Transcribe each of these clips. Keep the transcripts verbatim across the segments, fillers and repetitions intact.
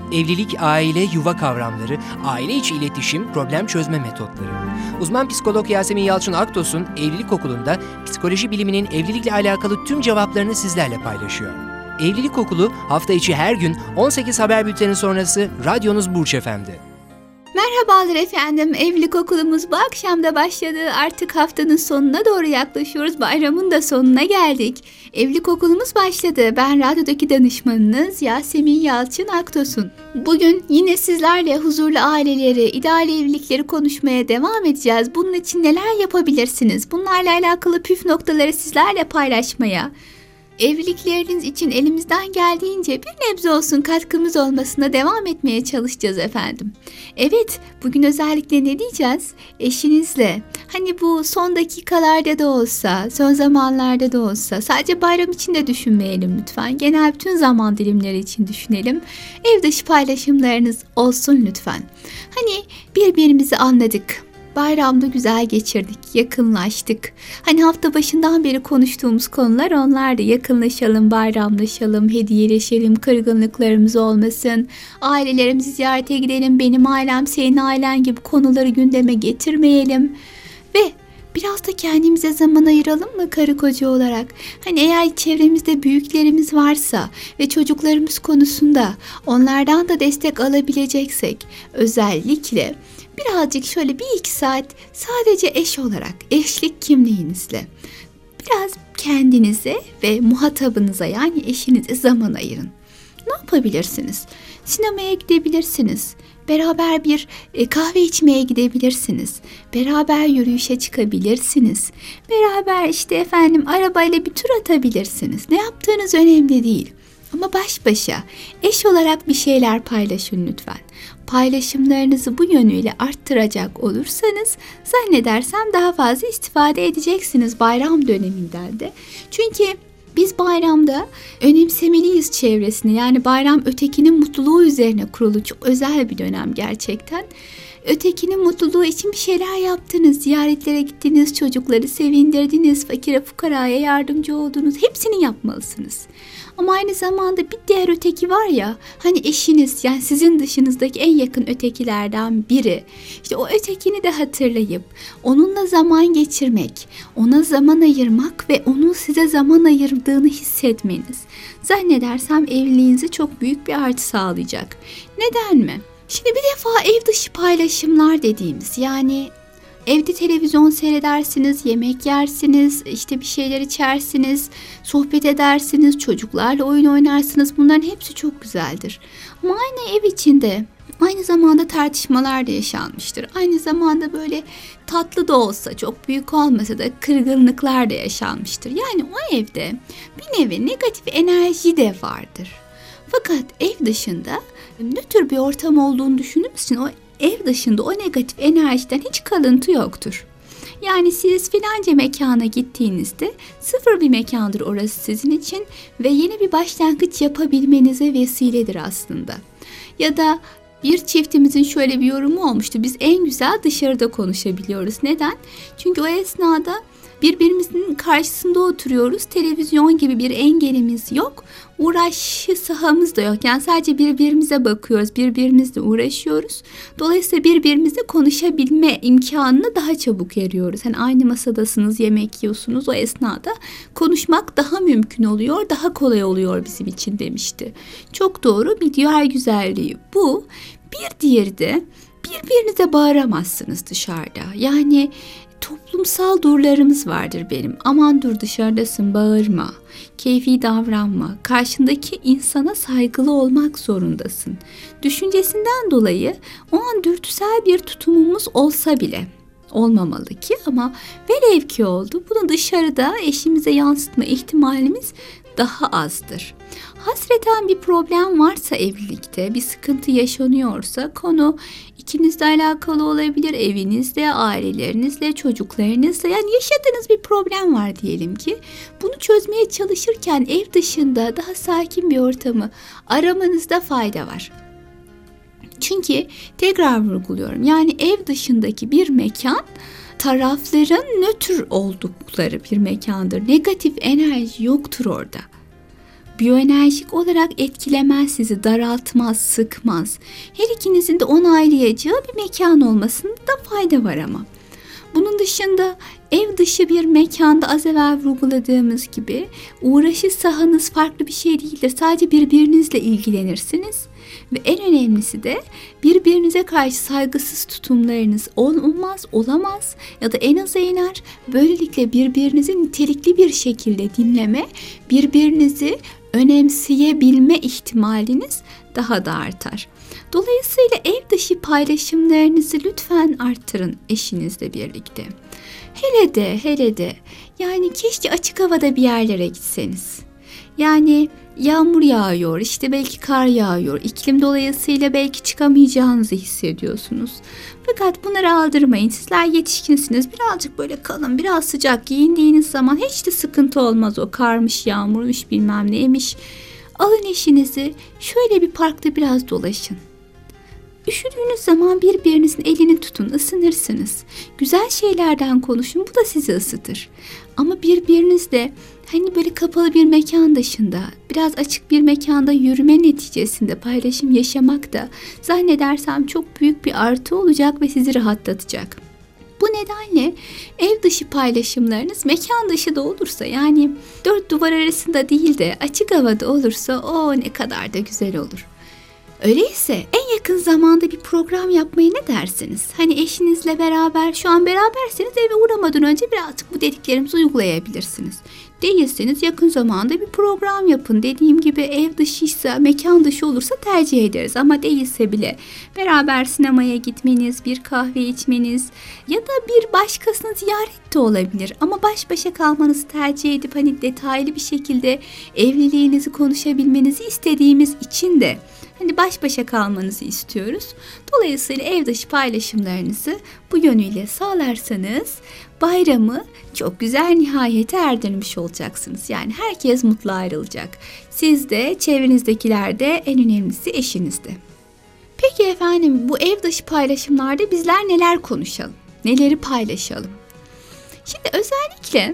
Evlilik, aile, yuva kavramları, aile içi iletişim, problem çözme metotları. Uzman psikolog Yasemin Yalçın Aktos'un Evlilik Okulu'nda psikoloji biliminin evlilikle alakalı tüm cevaplarını sizlerle paylaşıyor. Evlilik Okulu hafta içi her gün on sekiz haber bülteni sonrası radyonuz Burç F M'de. Merhabalar efendim. Evlilik okulumuz bu akşam da başladı. Artık haftanın sonuna doğru yaklaşıyoruz. Bayramın da sonuna geldik. Evlilik okulumuz başladı. Ben radyodaki danışmanınız Yasemin Yalçın Aktos'un. Bugün yine sizlerle huzurlu aileleri, ideal evlilikleri konuşmaya devam edeceğiz. Bunun için neler yapabilirsiniz? Bunlarla alakalı püf noktaları sizlerle paylaşmaya, evlilikleriniz için elimizden geldiğince bir nebze olsun katkımız olmasına devam etmeye çalışacağız efendim. Evet, bugün özellikle ne diyeceğiz? Eşinizle, hani bu son dakikalarda da olsa, son zamanlarda da olsa, sadece bayram için de düşünmeyelim lütfen. Genel bütün zaman dilimleri için düşünelim. Ev dışı paylaşımlarınız olsun lütfen. Hani birbirimizi anladık. Bayramda güzel geçirdik, yakınlaştık. Hani hafta başından beri konuştuğumuz konular onlardı. Yakınlaşalım, bayramlaşalım, hediyeleşelim, kırgınlıklarımız olmasın. Ailelerimizi ziyarete gidelim, benim ailem, senin ailen gibi konuları gündeme getirmeyelim. Ve biraz da kendimize zaman ayıralım mı karı koca olarak? Hani eğer çevremizde büyüklerimiz varsa ve çocuklarımız konusunda onlardan da destek alabileceksek, özellikle birazcık şöyle bir iki saat sadece eş olarak, eşlik kimliğinizle biraz kendinize ve muhatabınıza, yani eşinize zaman ayırın. Ne yapabilirsiniz? Sinemaya gidebilirsiniz. Beraber bir kahve içmeye gidebilirsiniz. Beraber yürüyüşe çıkabilirsiniz. Beraber işte efendim arabayla bir tur atabilirsiniz. Ne yaptığınız önemli değil. Ama baş başa eş olarak bir şeyler paylaşın lütfen. Paylaşımlarınızı bu yönüyle arttıracak olursanız zannedersem daha fazla istifade edeceksiniz bayram döneminden de. Çünkü biz bayramda önemsemeliyiz çevresini. Yani bayram ötekinin mutluluğu üzerine kurulu çok özel bir dönem gerçekten. Ötekinin mutluluğu için bir şeyler yaptınız, ziyaretlere gittiniz, çocukları sevindirdiniz, fakire fukaraya yardımcı oldunuz. Hepsini yapmalısınız. Ama aynı zamanda bir diğer öteki var ya, hani eşiniz, yani sizin dışınızdaki en yakın ötekilerden biri. İşte o ötekini de hatırlayıp onunla zaman geçirmek, ona zaman ayırmak ve onun size zaman ayırdığını hissetmeniz zannedersem evliliğinize çok büyük bir artı sağlayacak. Neden mi? Şimdi bir defa ev dışı paylaşımlar dediğimiz, yani evde televizyon seyredersiniz, yemek yersiniz, işte bir şeyler içersiniz, sohbet edersiniz, çocuklarla oyun oynarsınız. Bunların hepsi çok güzeldir. Ama aynı ev içinde aynı zamanda tartışmalar da yaşanmıştır. Aynı zamanda böyle tatlı da olsa, çok büyük olmasa da kırgınlıklar da yaşanmıştır. Yani o evde bir nevi negatif enerji de vardır. Fakat ev dışında nötr bir ortam olduğunu düşündüğümüz için o ev dışında o negatif enerjiden hiç kalıntı yoktur. Yani siz filanca mekana gittiğinizde sıfır bir mekandır orası sizin için ve yeni bir başlangıç yapabilmenize vesiledir aslında. Ya da bir çiftimizin şöyle bir yorumu olmuştu. Biz en güzel dışarıda konuşabiliyoruz. Neden? Çünkü o esnada birbirimizin karşısında oturuyoruz. Televizyon gibi bir engelimiz yok. Uğraşı sahamız da yok. Yani sadece birbirimize bakıyoruz. Birbirimizle uğraşıyoruz. Dolayısıyla birbirimizle konuşabilme imkanını daha çabuk yarıyoruz. Yani aynı masadasınız, yemek yiyorsunuz. O esnada konuşmak daha mümkün oluyor. Daha kolay oluyor bizim için demişti. Çok doğru, bir diğer güzelliği bu. Bir diğeri de birbirinize bağıramazsınız dışarıda. Yani toplumsal durlarımız vardır benim. Aman dur, dışarıdasın, bağırma, keyfi davranma, karşındaki insana saygılı olmak zorundasın düşüncesinden dolayı o an dürtüsel bir tutumumuz olsa bile, olmamalı ki ama velev ki oldu, bunu dışarıda eşimize yansıtma ihtimalimiz daha azdır. Hasreten bir problem varsa evlilikte, bir sıkıntı yaşanıyorsa konu ikinizle alakalı olabilir, evinizle, ailelerinizle, çocuklarınızla, yani yaşadığınız bir problem var diyelim ki. Bunu çözmeye çalışırken ev dışında daha sakin bir ortamı aramanızda fayda var. Çünkü tekrar vurguluyorum, yani ev dışındaki bir mekan tarafların nötr oldukları bir mekandır. Negatif enerji yoktur orada. Biyoenerjik olarak etkilemez sizi, daraltmaz, sıkmaz. Her ikinizin de onaylayacağı bir mekan olmasında da fayda var ama. Bunun dışında ev dışı bir mekanda az evvel vurguladığımız gibi uğraşı sahanız farklı bir şey değildir. Sadece birbirinizle ilgilenirsiniz. Ve en önemlisi de birbirinize karşı saygısız tutumlarınız olmaz, olamaz ya da en aza iner. Böylelikle birbirinizi nitelikli bir şekilde dinleme, birbirinizi önemseyebilme ihtimaliniz daha da artar. Dolayısıyla ev dışı paylaşımlarınızı lütfen arttırın eşinizle birlikte. Hele de hele de yani keşke açık havada bir yerlere gitseniz. Yani yağmur yağıyor, işte belki kar yağıyor, iklim dolayısıyla belki çıkamayacağınızı hissediyorsunuz. Fakat bunları aldırmayın. Sizler yetişkinsiniz. Birazcık böyle kalın, biraz sıcak giyindiğiniz zaman hiç de sıkıntı olmaz. O karmış, yağmurmuş, bilmem neymiş. Alın eşinizi, şöyle bir parkta biraz dolaşın. Üşüdüğünüz zaman birbirinizin elini tutun, ısınırsınız. Güzel şeylerden konuşun, bu da sizi ısıtır. Ama birbirinizle hani böyle kapalı bir mekan dışında, biraz açık bir mekanda yürüme neticesinde paylaşım yaşamak da zannedersem çok büyük bir artı olacak ve sizi rahatlatacak. Bu nedenle ev dışı paylaşımlarınız mekan dışı da olursa, yani dört duvar arasında değil de açık havada olursa o ne kadar da güzel olur. Öyleyse en yakın zamanda bir program yapmaya ne dersiniz? Hani eşinizle beraber, şu an beraberseniz eve uğramadan önce birazcık bu dediklerimizi uygulayabilirsiniz. Değilseniz yakın zamanda bir program yapın. Dediğim gibi ev dışıysa, mekan dışı olursa tercih ederiz. Ama değilse bile beraber sinemaya gitmeniz, bir kahve içmeniz ya da bir başkasını ziyaret de olabilir. Ama baş başa kalmanızı tercih edip hani detaylı bir şekilde evliliğinizi konuşabilmenizi istediğimiz için de hani baş başa kalmanızı istiyoruz. Dolayısıyla ev dışı paylaşımlarınızı bu yönüyle sağlarsanız bayramı çok güzel nihayete erdirmiş olacaksınız. Yani herkes mutlu ayrılacak. Siz de, çevrenizdekiler de, en önemlisi eşiniz de. Peki efendim, bu ev dışı paylaşımlarda bizler neler konuşalım? Neleri paylaşalım? Şimdi özellikle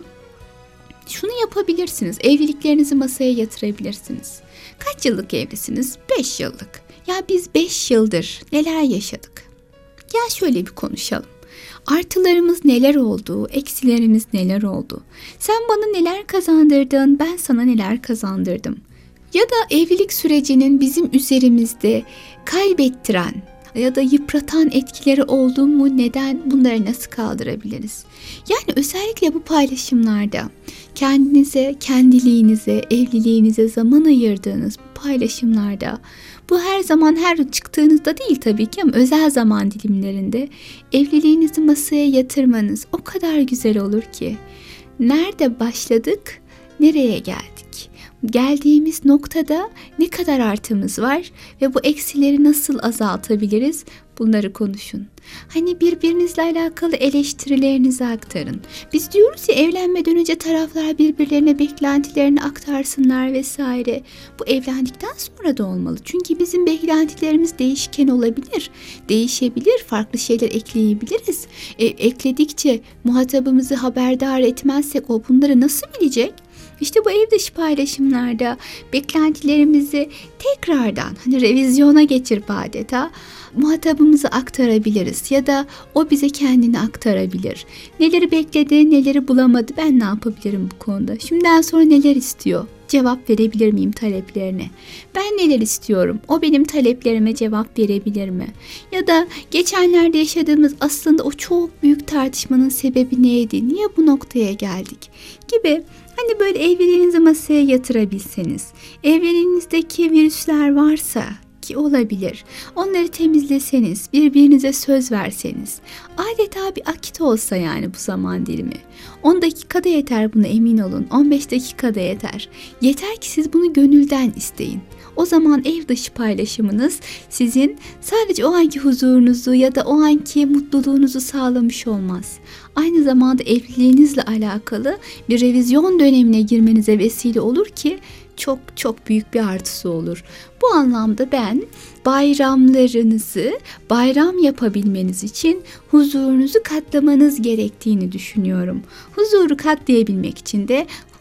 şunu yapabilirsiniz. Evliliklerinizi masaya yatırabilirsiniz. Kaç yıllık evlisiniz? beş yıllık. Ya biz beş yıldır neler yaşadık? Gel şöyle bir konuşalım. Artılarımız neler oldu? Eksilerimiz neler oldu? Sen bana neler kazandırdın? Ben sana neler kazandırdım? Ya da evlilik sürecinin bizim üzerimizde kaybettiren ya da yıpratan etkileri oldu mu, neden, bunları nasıl kaldırabiliriz? Yani özellikle bu paylaşımlarda kendinize, kendiliğinize, evliliğinize zaman ayırdığınız bu paylaşımlarda, bu her zaman her çıktığınızda değil tabii ki ama özel zaman dilimlerinde evliliğinizi masaya yatırmanız o kadar güzel olur ki. Nerede başladık, nereye geldik? Geldiğimiz noktada ne kadar artımız var ve bu eksileri nasıl azaltabiliriz? Bunları konuşun. Hani birbirinizle alakalı eleştirilerinizi aktarın. Biz diyoruz ya, evlenmeden önce taraflar birbirlerine beklentilerini aktarsınlar vesaire. Bu evlendikten sonra da olmalı. Çünkü bizim beklentilerimiz değişken olabilir. Değişebilir, farklı şeyler ekleyebiliriz. E, ekledikçe muhatabımızı haberdar etmezsek o bunları nasıl bilecek? İşte bu ev dışı paylaşımlarda beklentilerimizi tekrardan hani revizyona geçirip adeta muhatabımıza aktarabiliriz ya da o bize kendini aktarabilir. Neleri bekledi, neleri bulamadı, ben ne yapabilirim bu konuda? Şimdiden sonra neler istiyor? Cevap verebilir miyim taleplerine? Ben neler istiyorum? O benim taleplerime cevap verebilir mi? Ya da geçenlerde yaşadığımız aslında o çok büyük tartışmanın sebebi neydi? Niye bu noktaya geldik? Gibi. Hani böyle evliliğinizi masaya yatırabilseniz, evliliğinizdeki virüsler varsa ki olabilir, onları temizleseniz, birbirinize söz verseniz, adeta bir akit olsa yani bu zaman dilimi. on dakikada yeter, buna emin olun, on beş dakikada yeter. Yeter ki siz bunu gönülden isteyin. O zaman ev dışı paylaşımınız sizin sadece o anki huzurunuzu ya da o anki mutluluğunuzu sağlamış olmaz. Aynı zamanda evliliğinizle alakalı bir revizyon dönemine girmenize vesile olur ki çok çok büyük bir artısı olur. Bu anlamda ben bayramlarınızı bayram yapabilmeniz için huzurunuzu katlamanız gerektiğini düşünüyorum. Huzuru katlayabilmek için de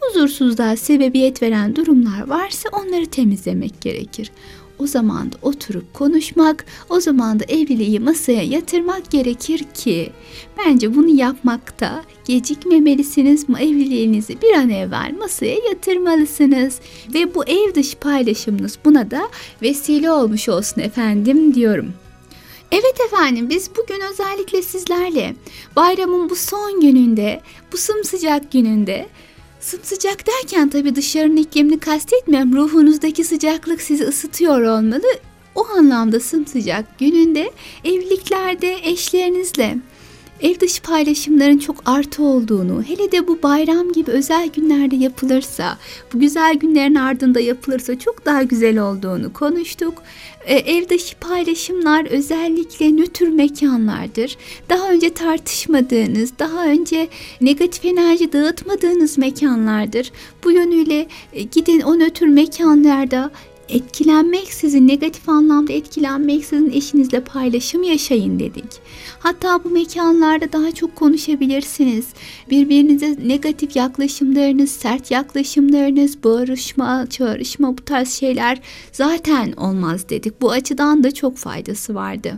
huzursuzluğa sebebiyet veren durumlar varsa onları temizlemek gerekir. O zaman da oturup konuşmak, o zaman da evliliği masaya yatırmak gerekir ki bence bunu yapmakta gecikmemelisiniz. Evliliğinizi bir an evvel masaya yatırmalısınız ve bu ev dışı paylaşımınız buna da vesile olmuş olsun efendim diyorum. Evet efendim, biz bugün özellikle sizlerle bayramın bu son gününde, bu sımsıcak gününde, sımsıcak derken tabii dışarının iklimini kastetmiyorum, ruhunuzdaki sıcaklık sizi ısıtıyor olmalı. O anlamda sımsıcak gününde evliliklerde eşlerinizle ev dışı paylaşımların çok artı olduğunu, hele de bu bayram gibi özel günlerde yapılırsa, bu güzel günlerin ardında yapılırsa çok daha güzel olduğunu konuştuk. Ee, ev dışı paylaşımlar özellikle nötr mekanlardır. Daha önce tartışmadığınız, daha önce negatif enerji dağıtmadığınız mekanlardır. Bu yönüyle e, gidin o nötr mekanlarda etkilenmeksizin, negatif anlamda etkilenmeksizin eşinizle paylaşım yaşayın dedik. Hatta bu mekanlarda daha çok konuşabilirsiniz. Birbirinize negatif yaklaşımlarınız, sert yaklaşımlarınız, bağırışma, çağrışma, bu tarz şeyler zaten olmaz dedik. Bu açıdan da çok faydası vardı.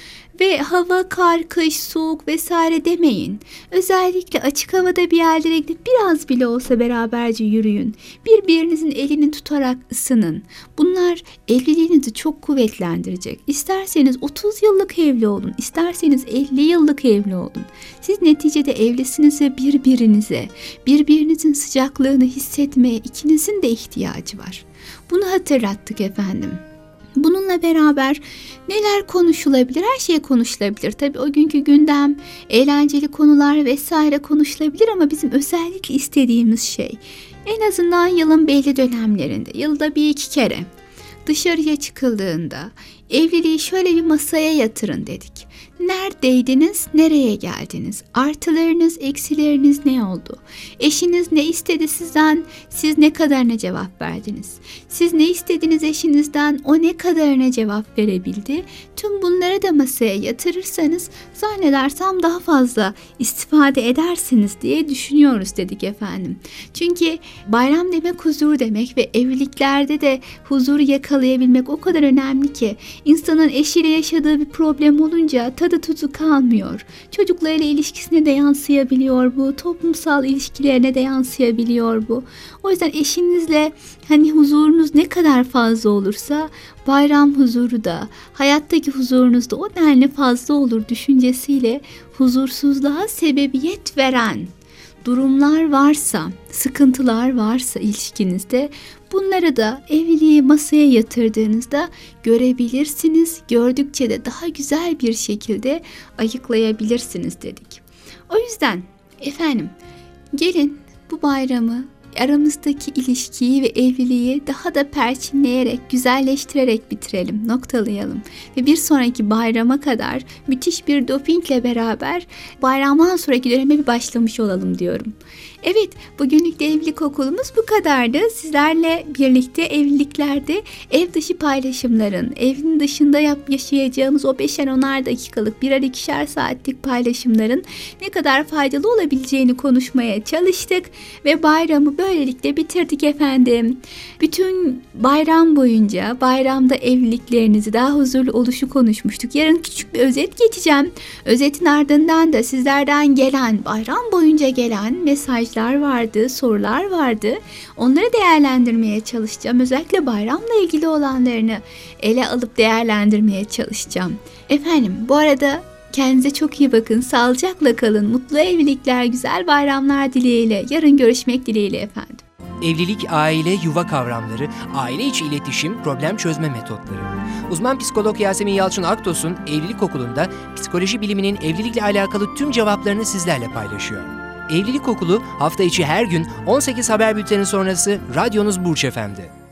Ve hava, kar, kış, soğuk vesaire demeyin. Özellikle açık havada bir yerlere gidip biraz bile olsa beraberce yürüyün. Birbirinizin elini tutarak ısının. Bunlar evliliğinizi çok kuvvetlendirecek. İsterseniz otuz yıllık evli olun, isterseniz elli yıllık evli olun. Siz neticede evlisiniz ve birbirinize, birbirinizin sıcaklığını hissetmeye ikinizin de ihtiyacı var. Bunu hatırlattık efendim. Bununla beraber neler konuşulabilir? Her şey konuşulabilir. Tabii o günkü gündem, eğlenceli konular vesaire konuşulabilir ama bizim özellikle istediğimiz şey en azından yılın belli dönemlerinde, yılda bir iki kere dışarıya çıkıldığında evliliği şöyle bir masaya yatırın dedik. Neredeydiniz, nereye geldiniz? Artılarınız, eksileriniz ne oldu? Eşiniz ne istedi sizden, siz ne kadarına cevap verdiniz? Siz ne istediniz eşinizden, o ne kadarına cevap verebildi? Tüm bunları da masaya yatırırsanız zannedersem daha fazla istifade edersiniz diye düşünüyoruz dedik efendim. Çünkü bayram demek huzur demek ve evliliklerde de huzuru yakalayabilmek o kadar önemli ki insanın eşiyle yaşadığı bir problem olunca tadı tuzu kalmıyor. Çocuklarıyla ilişkisine de yansıyabiliyor bu, toplumsal ilişkilerine de yansıyabiliyor bu. O yüzden eşinizle hani huzurunuz ne kadar fazla olursa bayram huzuru da, hayattaki huzurunuz da o denli fazla olur düşüncesiyle huzursuzluğa sebebiyet veren durumlar varsa, sıkıntılar varsa ilişkinizde bunları da evliliği masaya yatırdığınızda görebilirsiniz. Gördükçe de daha güzel bir şekilde ayıklayabilirsiniz dedik. O yüzden efendim gelin bu bayramı, aramızdaki ilişkiyi ve evliliği daha da perçinleyerek, güzelleştirerek bitirelim, noktalayalım. Ve bir sonraki bayrama kadar müthiş bir dopingle beraber bayramdan sonraki döneme bir başlamış olalım diyorum. Evet, bugünlük de evlilik okulumuz bu kadardı. Sizlerle birlikte evliliklerde ev dışı paylaşımların, evin dışında yap yaşayacağımız o beşer onar dakikalık, birer ikişer saatlik paylaşımların ne kadar faydalı olabileceğini konuşmaya çalıştık ve bayramı böylelikle bitirdik efendim. Bütün bayram boyunca bayramda evliliklerinizi daha huzurlu oluşu konuşmuştuk. Yarın küçük bir özet geçeceğim. Özetin ardından da sizlerden gelen, bayram boyunca gelen mesajlar vardı, sorular vardı. Onları değerlendirmeye çalışacağım. Özellikle bayramla ilgili olanlarını ele alıp değerlendirmeye çalışacağım. Efendim bu arada kendinize çok iyi bakın. Sağlıcakla kalın. Mutlu evlilikler, güzel bayramlar dileğiyle. Yarın görüşmek dileğiyle efendim. Evlilik, aile, yuva kavramları, aile içi iletişim, problem çözme metotları. Uzman psikolog Yasemin Yalçın Aktos'un Evlilik Okulu'nda psikoloji biliminin evlilikle alakalı tüm cevaplarını sizlerle paylaşıyor. Evlilik Okulu hafta içi her gün on sekiz haber bülteni sonrası radyonuz Burç F M'de.